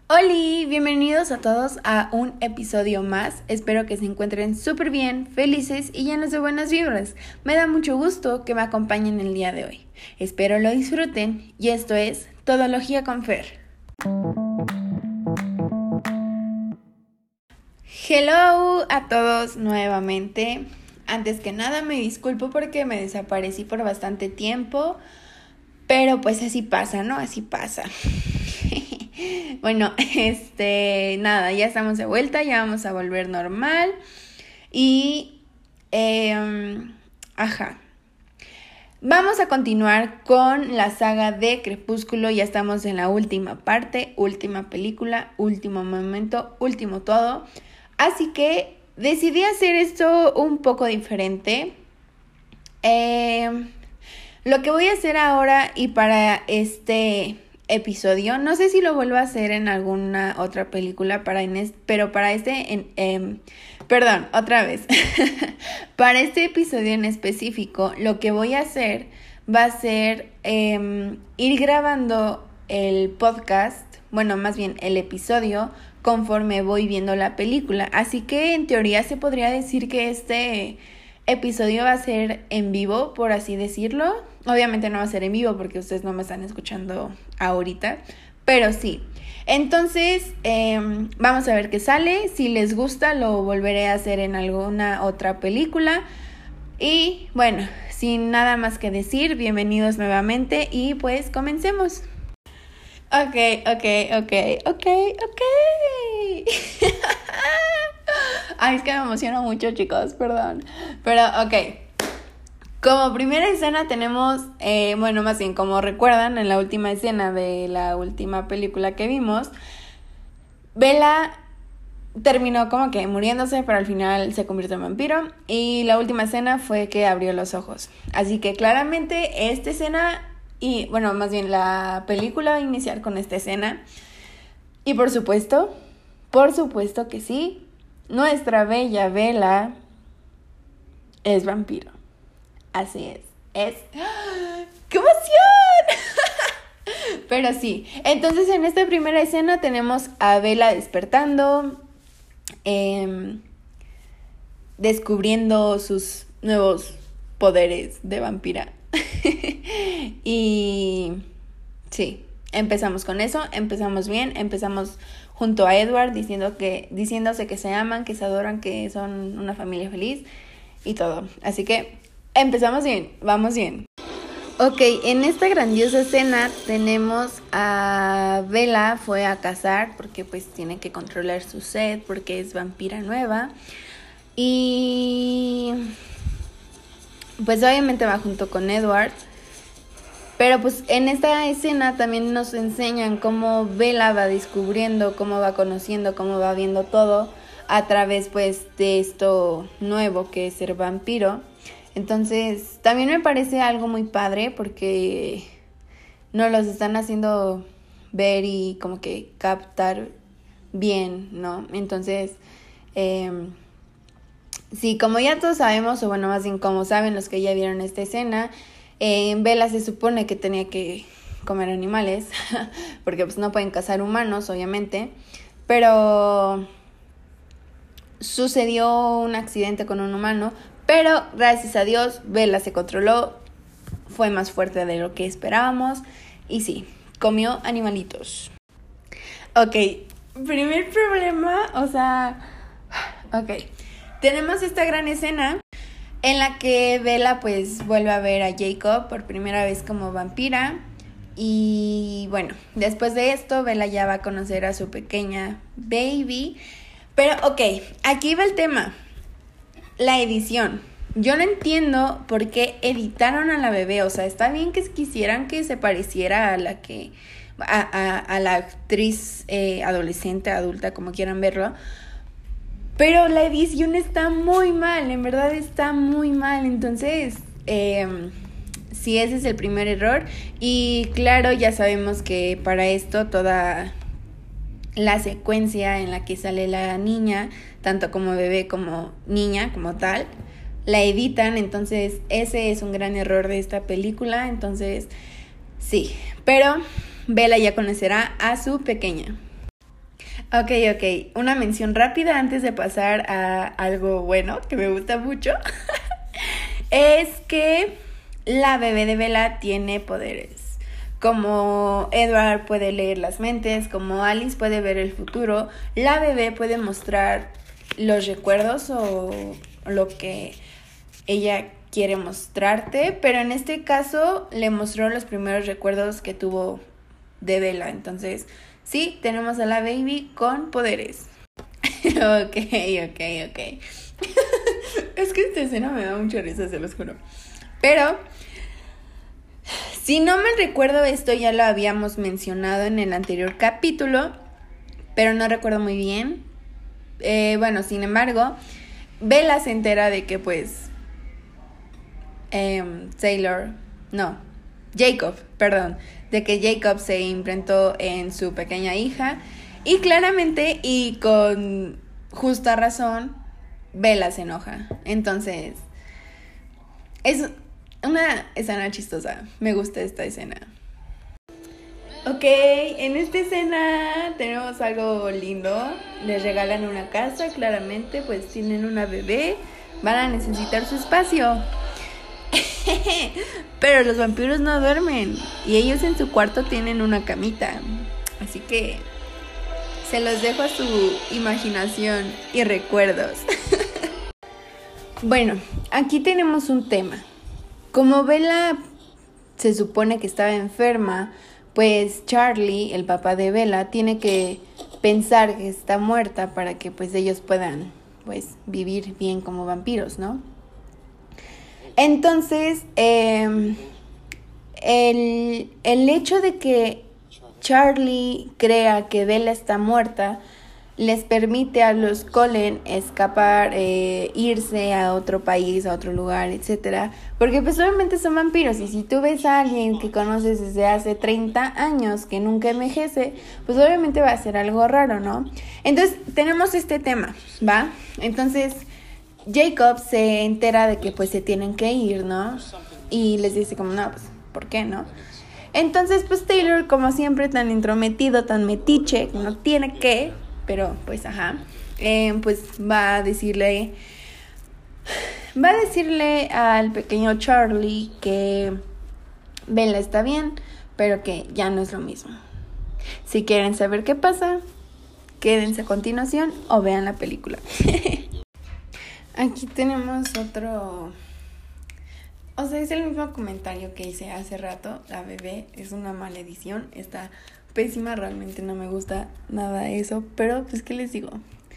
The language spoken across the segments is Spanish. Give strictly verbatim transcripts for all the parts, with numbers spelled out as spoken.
Hola, bienvenidos a todos a un episodio más. Espero que se encuentren súper bien, felices y llenos de buenas vibras. Me da mucho gusto que me acompañen el día de hoy. Espero lo disfruten y esto es Todología con Fer. Hello a todos nuevamente. Antes que nada me disculpo porque me desaparecí por bastante tiempo, pero pues así pasa, ¿no? Así pasa. Bueno, este, nada, ya estamos de vuelta, ya vamos a volver normal y, eh, ajá, vamos a continuar con la saga de Crepúsculo. Ya estamos en la última parte, última película, último momento, último todo, así que decidí hacer esto un poco diferente. Eh, lo que voy a hacer ahora y para este episodio, no sé si lo vuelvo a hacer en alguna otra película, para en es, pero para este, en, eh, perdón, otra vez, para este episodio en específico, lo que voy a hacer va a ser eh, ir grabando el podcast, bueno, más bien el episodio, conforme voy viendo la película, así que en teoría se podría decir que este episodio va a ser en vivo, por así decirlo. Obviamente no va a ser en vivo porque ustedes no me están escuchando ahorita, pero sí. Entonces, eh, vamos a ver qué sale. Si les gusta, lo volveré a hacer en alguna otra película. Y bueno, sin nada más que decir, bienvenidos nuevamente y pues comencemos. Ok, ok, ok, ok, ok. Ay, es que me emociono mucho, chicos, perdón. Pero, ok. Como primera escena tenemos, eh, bueno, más bien como recuerdan, en la última escena de la última película que vimos, Bella terminó como que muriéndose, pero al final se convirtió en vampiro. Y la última escena fue que abrió los ojos. Así que claramente esta escena, y bueno, más bien la película va a iniciar con esta escena. Y por supuesto, por supuesto que sí, nuestra bella Bella es vampiro. Así es, es... ¡Qué emoción! Pero sí, entonces en esta primera escena tenemos a Bella despertando, eh, descubriendo sus nuevos poderes de vampira. Y sí, empezamos con eso, empezamos bien, empezamos junto a Edward diciendo que, diciéndose que se aman, que se adoran, que son una familia feliz y todo. Así que empezamos bien, vamos bien. Ok, en esta grandiosa escena tenemos a Bella fue a cazar porque pues tiene que controlar su sed porque es vampira nueva. Y pues obviamente va junto con Edward. Pero pues en esta escena también nos enseñan cómo Bella va descubriendo, cómo va conociendo, cómo va viendo todo a través pues de esto nuevo que es ser vampiro. Entonces, también me parece algo muy padre porque nos los están haciendo ver y como que captar bien, ¿no? Entonces, eh, sí, como ya todos sabemos, o bueno, más bien como saben los que ya vieron esta escena, eh, Bella se supone que tenía que comer animales, porque pues no pueden cazar humanos, obviamente, pero sucedió un accidente con un humano. Pero gracias a Dios, Bella se controló, fue más fuerte de lo que esperábamos y sí, comió animalitos. Ok, primer problema, o sea, ok, tenemos esta gran escena en la que Bella pues vuelve a ver a Jacob por primera vez como vampira. Y bueno, después de esto, Bella ya va a conocer a su pequeña baby. Pero ok, aquí va el tema. La edición. Yo no entiendo por qué editaron a la bebé. O sea, está bien que quisieran que se pareciera a la que a, a, a la actriz eh, adolescente, adulta, como quieran verlo, pero la edición está muy mal. En verdad está muy mal. Entonces, eh, sí, ese es el primer error. Y claro, ya sabemos que para esto toda la secuencia en la que sale la niña, tanto como bebé como niña, como tal, la editan. Entonces ese es un gran error de esta película. Entonces sí, pero Bella ya conocerá a su pequeña. Ok, ok. Una mención rápida antes de pasar a algo bueno que me gusta mucho. Es que la bebé de Bella tiene poderes. Como Edward puede leer las mentes, como Alice puede ver el futuro, la bebé puede mostrar los recuerdos o lo que ella quiere mostrarte, pero en este caso le mostró los primeros recuerdos que tuvo de Bella. Entonces, sí, tenemos a la baby con poderes. Ok, ok, ok. Es que esta escena me da mucha risa, se los juro. Pero, si no me recuerdo, esto ya lo habíamos mencionado en el anterior capítulo, pero no recuerdo muy bien. Eh, bueno, sin embargo, Bella se entera de que pues eh, Taylor, no, Jacob, perdón, de que Jacob se implantó en su pequeña hija y claramente y con justa razón Bella se enoja. Entonces, es una escena chistosa. Me gusta esta escena. Ok, en esta escena tenemos algo lindo. Les regalan una casa, claramente, pues tienen una bebé. Van a necesitar su espacio. Pero los vampiros no duermen. Y ellos en su cuarto tienen una camita. Así que se los dejo a su imaginación y recuerdos. Bueno, aquí tenemos un tema. Como Bella se supone que estaba enferma, pues Charlie, el papá de Bella, tiene que pensar que está muerta para que pues ellos puedan pues vivir bien como vampiros, ¿no? Entonces, eh, el, el hecho de que Charlie crea que Bella está muerta les permite a los Cullen escapar, eh, irse a otro país, a otro lugar, etcétera. Porque pues obviamente son vampiros y si tú ves a alguien que conoces desde hace treinta años que nunca envejece, pues obviamente va a ser algo raro, ¿no? Entonces tenemos este tema, ¿va? Entonces Jacob se entera de que pues se tienen que ir, ¿no? Y les dice como, no, pues, ¿por qué, no? Entonces pues Taylor, como siempre, tan intrometido, tan metiche, no tiene que... Pero, pues, ajá, eh, pues va a decirle, va a decirle al pequeño Charlie que Bella está bien, pero que ya no es lo mismo. Si quieren saber qué pasa, quédense a continuación o vean la película. Aquí tenemos otro... O sea, es el mismo comentario que hice hace rato. La bebé es una maledición, está... pésima, realmente no me gusta nada eso, pero pues qué les digo,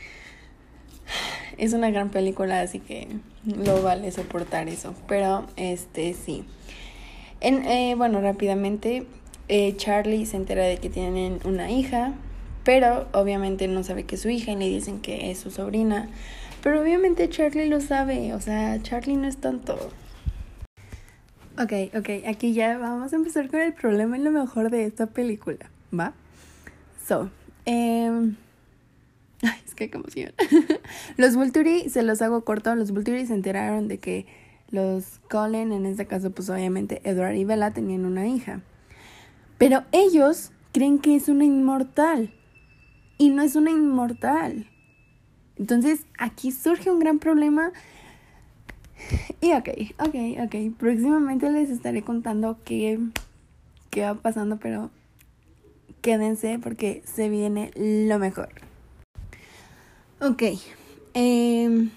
es una gran película, así que lo vale soportar eso, pero este sí. En, eh, bueno, rápidamente, eh, Charlie se entera de que tienen una hija, pero obviamente no sabe que es su hija y le dicen que es su sobrina, pero obviamente Charlie lo sabe, o sea, Charlie no es tonto. Ok, ok, aquí ya vamos a empezar con el problema y lo mejor de esta película, ¿va? So, eh... ay, es que qué emoción. Los Volturi, se los hago corto, los Volturi se enteraron de que los Cullen, en este caso pues obviamente Edward y Bella, tenían una hija. Pero ellos creen que es una inmortal y no es una inmortal. Entonces aquí surge un gran problema. Y ok, ok, ok. Próximamente les estaré contando qué, qué va pasando, pero quédense porque se viene lo mejor. Ok. Eh,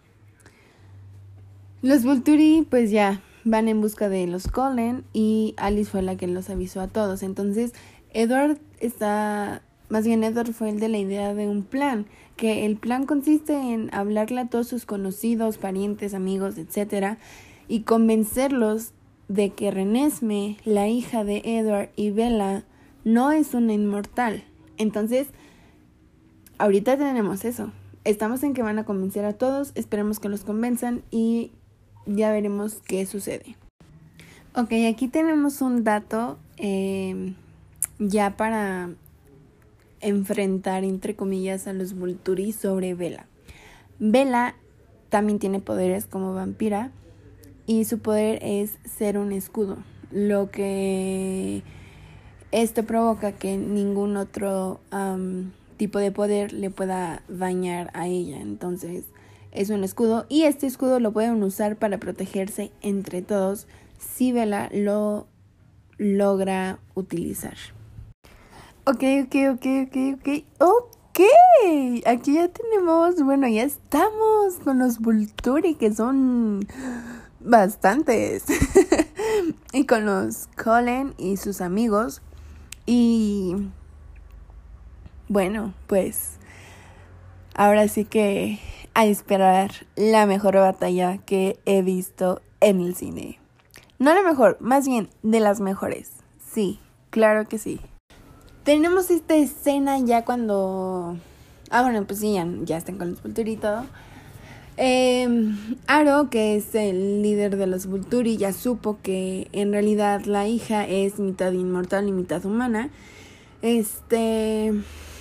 los Volturi pues ya van en busca de los Cullen y Alice fue la que los avisó a todos. Entonces Edward está... Más bien Edward fue el de la idea de un plan, que el plan consiste en hablarle a todos sus conocidos, parientes, amigos, etcétera, y convencerlos de que Renesmee, la hija de Edward y Bella, no es una inmortal. Entonces, ahorita tenemos eso. Estamos en que van a convencer a todos, esperemos que los convenzan y ya veremos qué sucede. Ok, aquí tenemos un dato eh, ya para... enfrentar, entre comillas, a los Volturi sobre Bella. Bella también tiene poderes como vampira y su poder es ser un escudo, lo que esto provoca que ningún otro um, tipo de poder le pueda dañar a ella. Entonces es un escudo y este escudo lo pueden usar para protegerse entre todos si Bella lo logra utilizar. Ok, ok, ok, ok, ok. Ok, aquí ya tenemos, bueno, ya estamos con los Volturi, que son bastantes. Y con los Cullen y sus amigos. Y bueno, pues ahora sí que a esperar la mejor batalla que he visto en el cine. No la mejor, más bien de las mejores. Sí, claro que sí. Tenemos esta escena ya cuando... Ah, bueno, pues sí, ya, ya están con los Volturi y todo. Eh, Aro, que es el líder de los Volturi, ya supo que en realidad la hija es mitad inmortal y mitad humana. Este...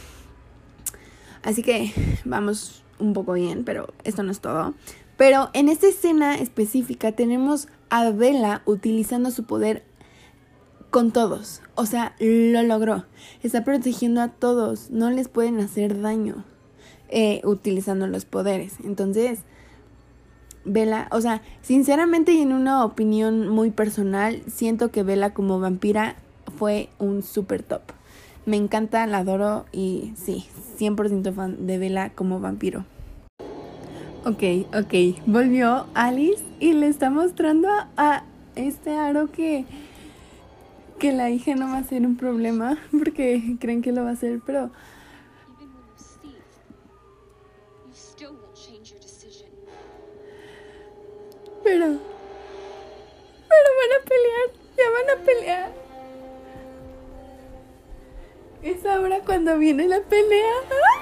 Así que vamos un poco bien, pero esto no es todo. Pero en esta escena específica tenemos a Bella utilizando su poder con todos. O sea, lo logró. Está protegiendo a todos. No les pueden hacer daño eh, utilizando los poderes. Entonces, Bella, o sea, sinceramente y en una opinión muy personal, siento que Bella como vampira fue un super top. Me encanta, la adoro y sí, cien por ciento fan de Bella como vampiro. Ok, ok, volvió Alice y le está mostrando a, a este Aro que, que la hija no va a ser un problema porque creen que lo va a hacer, pero... Pero... Pero van a pelear, ya van a pelear. Es ahora cuando viene la pelea.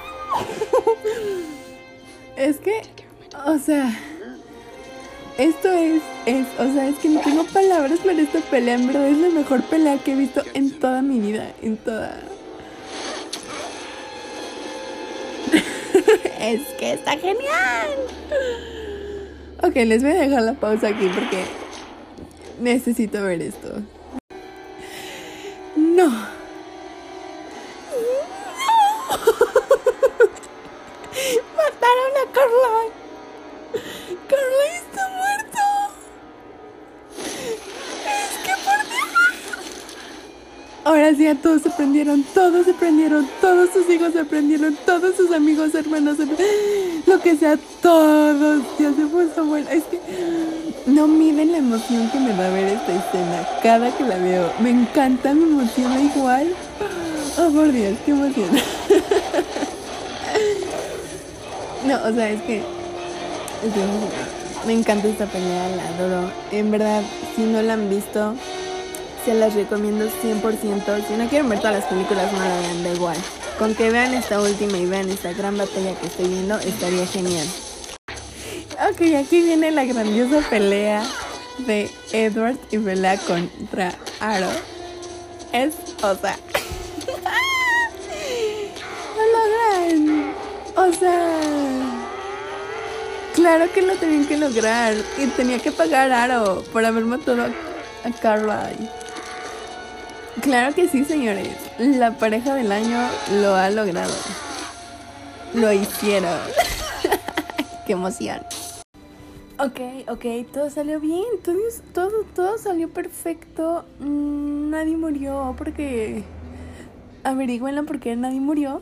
Es que, o sea, esto es, es, o sea, es que no tengo palabras para esta pelea. En verdad es la mejor pelea que he visto en toda mi vida, en toda. Es que está genial. Ok, les voy a dejar la pausa aquí porque necesito ver esto. No. Mataron a Carly. Carly está muerto. Es que por Dios. Ahora sí, a todos se prendieron, todos se prendieron, todos sus hijos se prendieron, todos sus amigos, hermanos, lo que sea, todos. Ya se puso bueno. Es que no miden la emoción que me da ver esta escena cada que la veo. Me encanta, me emociona igual. Oh, por Dios, qué emoción. No, o sea, es que, es que me encanta esta pelea, la adoro. En verdad, si no la han visto, se las recomiendo cien por ciento. Si no quieren ver todas las películas, no la vean, da igual. Con que vean esta última y vean esta gran batalla que estoy viendo, estaría genial. Ok, aquí viene la grandiosa pelea de Edward y Bella contra Aro. Es, o sea... ¡Lo logran! O sea... Claro que lo tenían que lograr. Y tenía que pagar Aro por haber matado a, a Carly. Claro que sí, señores. La pareja del año lo ha logrado. Lo hicieron. ¡Qué emoción! Ok, ok, todo salió bien. Todo, todo, todo salió perfecto. Mm, nadie murió porque... Averigüenlo porque nadie murió.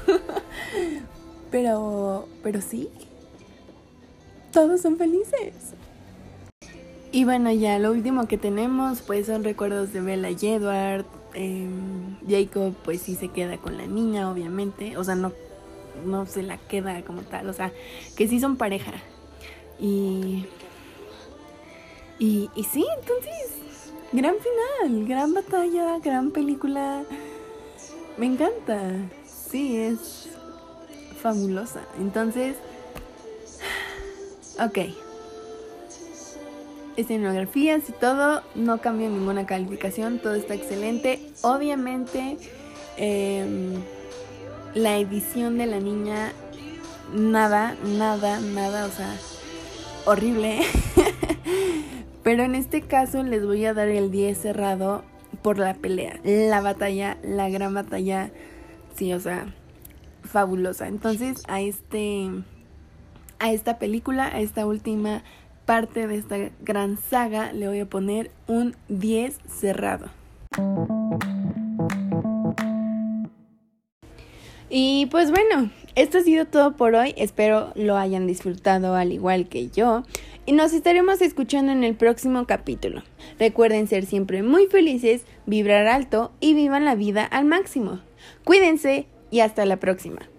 Pero... Pero sí. Todos son felices. Y bueno, ya lo último que tenemos pues son recuerdos de Bella y Edward. eh, Jacob pues sí se queda con la niña, obviamente. O sea, no, no se la queda como tal. O sea, que sí son pareja. Y, y, y sí, entonces, gran final, gran batalla, gran película. Me encanta. Sí, es fabulosa. Entonces, ok. Escenografías y todo, no cambia ninguna calificación, todo está excelente. Obviamente, eh, la edición de la niña, nada, nada, nada, o sea, horrible. Pero en este caso les voy a dar el diez cerrado por la pelea, la batalla, la gran batalla. Sí, o sea, fabulosa. Entonces a este a esta película, a esta última parte de esta gran saga, le voy a poner un diez cerrado. Y pues bueno, esto ha sido todo por hoy. Espero lo hayan disfrutado al igual que yo. Y nos estaremos escuchando en el próximo capítulo. Recuerden ser siempre muy felices, vibrar alto y vivan la vida al máximo. Cuídense y hasta la próxima.